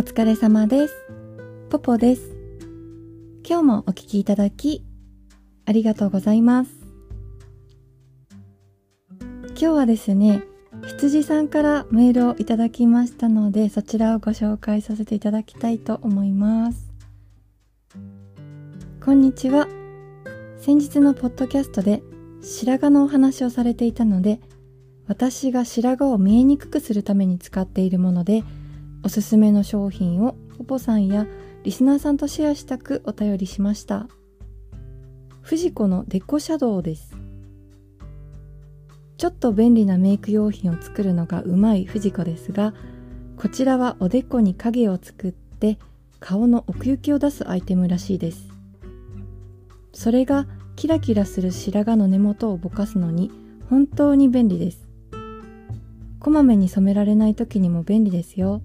疲れ様です。ポポです。今日もお聞きいただきありがとうございます。今日はですね、羊さんからメールをいただきましたので、そちらをご紹介させていただきたいと思います。こんにちは。先日のポッドキャストで白髪のお話をされていたので、私が白髪を見えにくくするために使っているもので、おすすめの商品をポポさんやリスナーさんとシェアしたくお便りしました。フジコのデコシャドウです。ちょっと便利なメイク用品を作るのがうまいフジコですが、こちらはおでこに影を作って顔の奥行きを出すアイテムらしいです。それがキラキラする白髪の根元をぼかすのに本当に便利です。こまめに染められない時にも便利ですよ。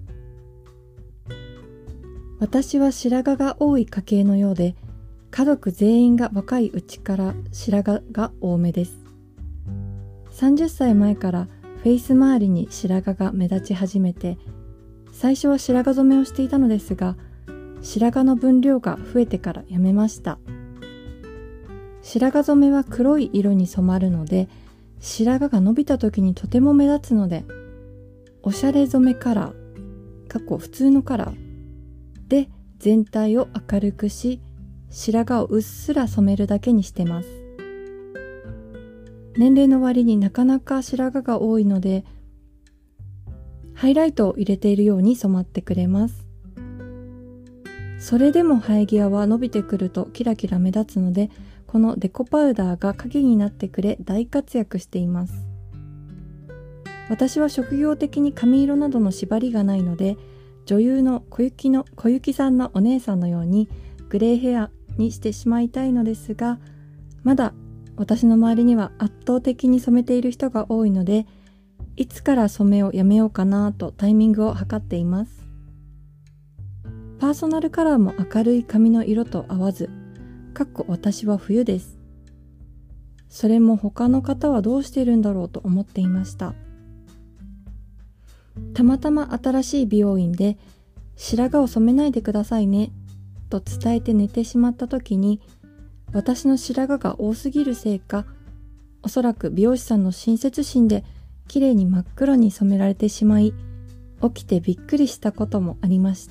私は白髪が多い家系のようで、家族全員が若いうちから白髪が多めです。30歳前からフェイス周りに白髪が目立ち始めて、最初は白髪染めをしていたのですが、白髪の分量が増えてからやめました。白髪染めは黒い色に染まるので、白髪が伸びた時にとても目立つので、おしゃれ染めカラー、普通のカラーで全体を明るくし、白髪をうっすら染めるだけにしてます。年齢の割になかなか白髪が多いので、ハイライトを入れているように染まってくれます。それでも生え際は伸びてくるとキラキラ目立つので、このデコパウダーが影になってくれ大活躍しています。私は職業的に髪色などの縛りがないので、女優の小雪さんのお姉さんのようにグレーヘアにしてしまいたいのですが、まだ私の周りには圧倒的に染めている人が多いので、いつから染めをやめようかなとタイミングを測っています。パーソナルカラーも明るい髪の色と合わず、私は冬です。それも他の方はどうしているんだろうと思っていました。たまたま新しい美容院で白髪を染めないでくださいねと伝えて寝てしまった時に、私の白髪が多すぎるせいか、おそらく美容師さんの親切心で綺麗に真っ黒に染められてしまい、起きてびっくりしたこともありました。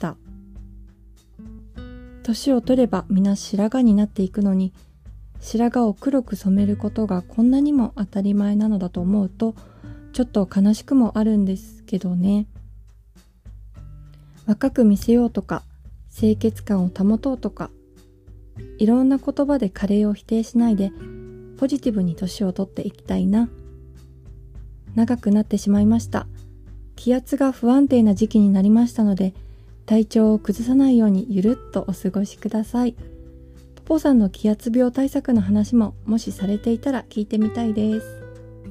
年を取れば皆白髪になっていくのに、白髪を黒く染めることがこんなにも当たり前なのだと思うと、ちょっと悲しくもあるんですけどね。若く見せようとか、清潔感を保とうとか、いろんな言葉で加齢を否定しないで、ポジティブに年を取っていきたいな。長くなってしまいました。気圧が不安定な時期になりましたので、体調を崩さないようにゆるっとお過ごしください。ポポさんの気圧病対策の話ももしされていたら聞いてみたいです。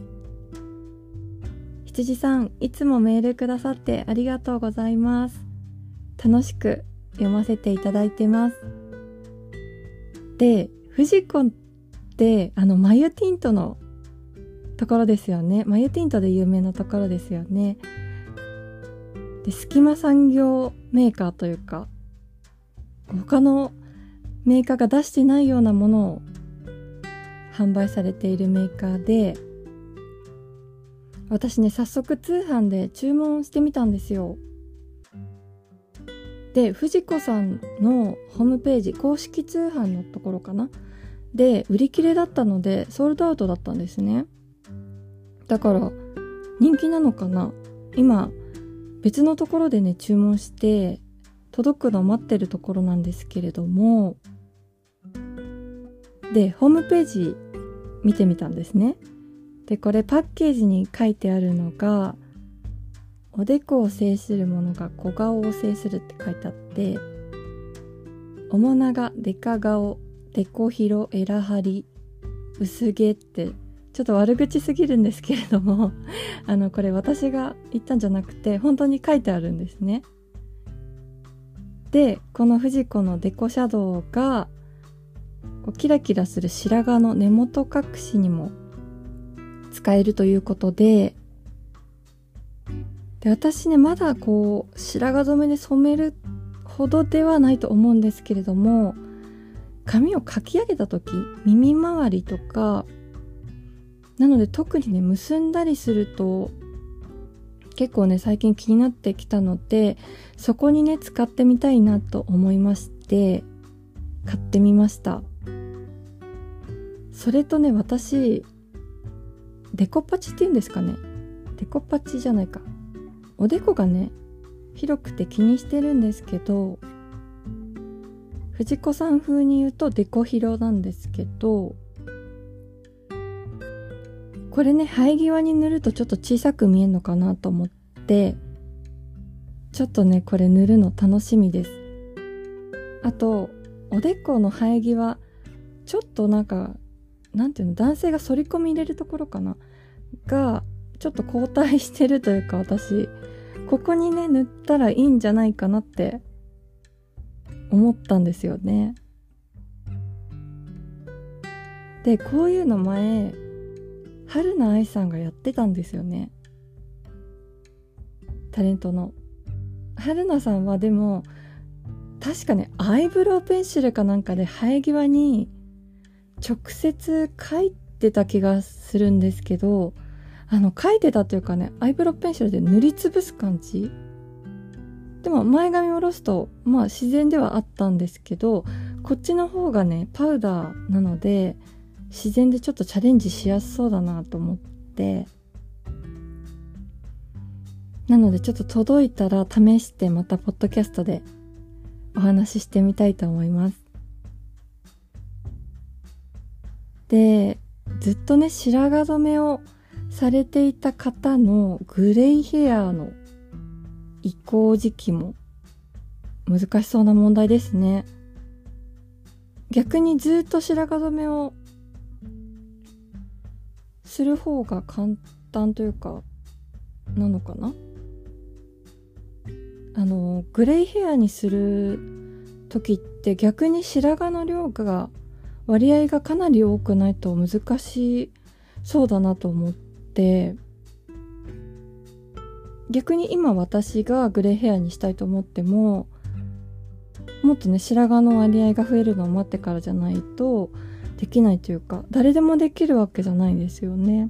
羊さん、いつもメールくださってありがとうございます。楽しく読ませていただいてます。で、フジコって眉ティントのところですよね。眉ティントで有名なところですよね。で、隙間産業メーカーというか、他のメーカーが出してないようなものを販売されているメーカーで、私ね、早速通販で注文してみたんですよ。で、フジコさんのホームページ、公式通販のところかなで、売り切れだったので、ソールドアウトだったんですね。だから、人気なのかな？今、別のところでね、注文して、届くのを待ってるところなんですけれども、で、ホームページ見てみたんですね。で、これパッケージに書いてあるのが、おでこを制するものが小顔を制するって書いてあって、面長、デカ顔、デコ広、エラ張り、薄毛って、ちょっと悪口すぎるんですけれども、これ私が言ったんじゃなくて、本当に書いてあるんですね。で、このフジコのデコシャドウが、キラキラする白髪の根元隠しにも使えるということで、 で、私ね、まだこう白髪染めで染めるほどではないと思うんですけれども、髪をかき上げた時、耳周りとかなので特にね、結んだりすると結構ね、最近気になってきたので、そこにね使ってみたいなと思いまして買ってみました。それとね、私デコパチっていうんですかね、デコパチじゃないか、おでこがね広くて気にしてるんですけど、藤子さん風に言うとデコ広なんですけど、これね、生え際に塗るとちょっと小さく見えるのかなと思って、ちょっとねこれ塗るの楽しみです。あとおでこの生え際、ちょっとなんていうの、男性が反り込み入れるところかながちょっと後退してるというか、私ここにね塗ったらいいんじゃないかなって思ったんですよね。で、こういうの前春菜愛さんがやってたんですよね。タレントの春菜さんは、でも確かね、アイブロウペンシルかなんかで生え際に直接描いてた気がするんですけど、描いてたというかね、アイブロウペンシルで塗りつぶす感じでも前髪を下ろすとまあ自然ではあったんですけど、こっちの方がねパウダーなので自然でちょっとチャレンジしやすそうだなと思って、なのでちょっと届いたら試してまたポッドキャストでお話ししてみたいと思います。で、ずっとね白髪染めをされていた方のグレイヘアの移行時期も難しそうな問題ですね。逆にずっと白髪染めをする方が簡単というかなのかな。グレイヘアにする時って逆に白髪の量が割合がかなり多くないと難しそうだなと思って、逆に今私がグレイヘアにしたいと思っても、もっとね白髪の割合が増えるのを待ってからじゃないとできないというか、誰でもできるわけじゃないですよね。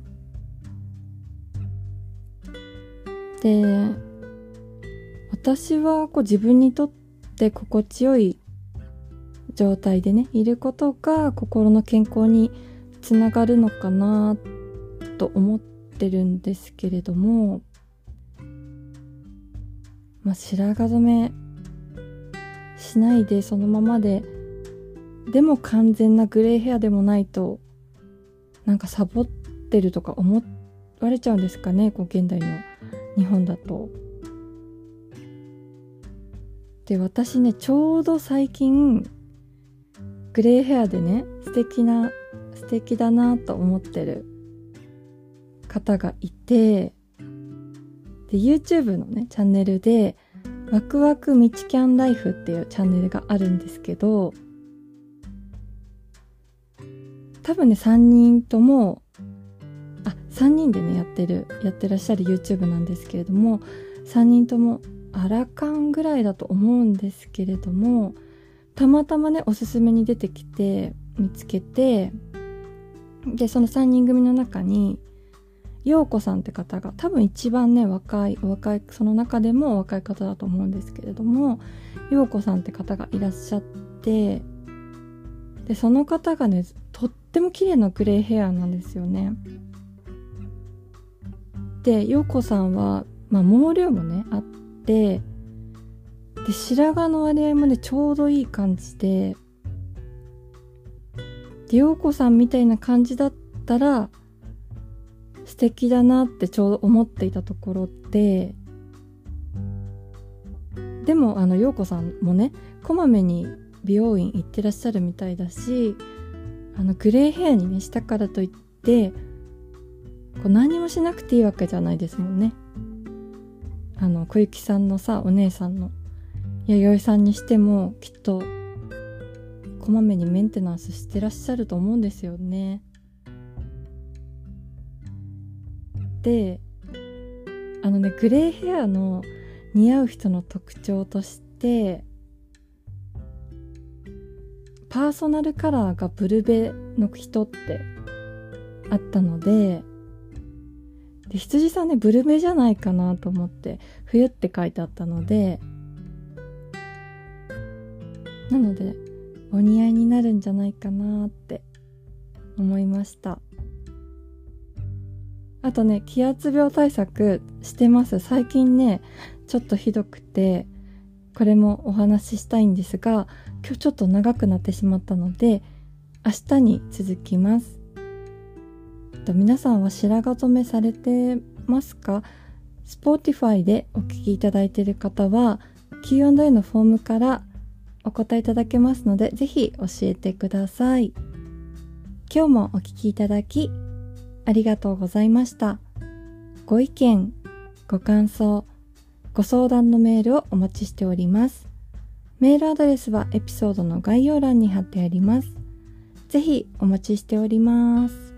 で、私はこう自分にとって心地よい状態でねいることが心の健康につながるのかなと思ってるんですけれども、白髪染めしないでそのままで、でも完全なグレイヘアでもないとなんかサボってるとか思われちゃうんですかね、こう現代の日本だと。で、私ねちょうど最近グレイヘアでね素敵だなと思ってる方がいて、で YouTube のねチャンネルでワクワクみちキャンライフっていうチャンネルがあるんですけど、多分ね3人でねやってらっしゃる YouTube なんですけれども、3人ともアラカンぐらいだと思うんですけれども、たまたまねおすすめに出てきて見つけて、でその3人組の中に陽子さんって方が多分一番ね若いその中でも若い方だと思うんですけれども、陽子さんって方がいらっしゃって、でその方がねとっても綺麗なグレイヘアなんですよね。で陽子さんは毛量もねあって、で白髪の割合もねちょうどいい感じで、陽子さんみたいな感じだったら素敵だなってちょうど思っていたところで、でも陽子さんもねこまめに美容院行ってらっしゃるみたいだし、グレーヘアにねしたからといってこう何もしなくていいわけじゃないですもんね。小雪さんのさお姉さんの弥生さんにしてもきっとこまめにメンテナンスしてらっしゃると思うんですよね。でグレーヘアの似合う人の特徴としてパーソナルカラーがブルベの人ってあったので、羊さんねブルベじゃないかなと思って、冬って書いてあったので、なのでお似合いになるんじゃないかなって思いました。あとね、気圧病対策してます。最近ねちょっとひどくて、これもお話ししたいんですが、今日ちょっと長くなってしまったので明日に続きます。皆さんは白髪染めされてますか？ Spotify でお聞きいただいている方は Q&A のフォームからお答えいただけますので、ぜひ教えてください。今日もお聞きいただきありがとうございました。ご意見、ご感想、ご相談のメールをお待ちしております。メールアドレスはエピソードの概要欄に貼ってあります。ぜひお待ちしております。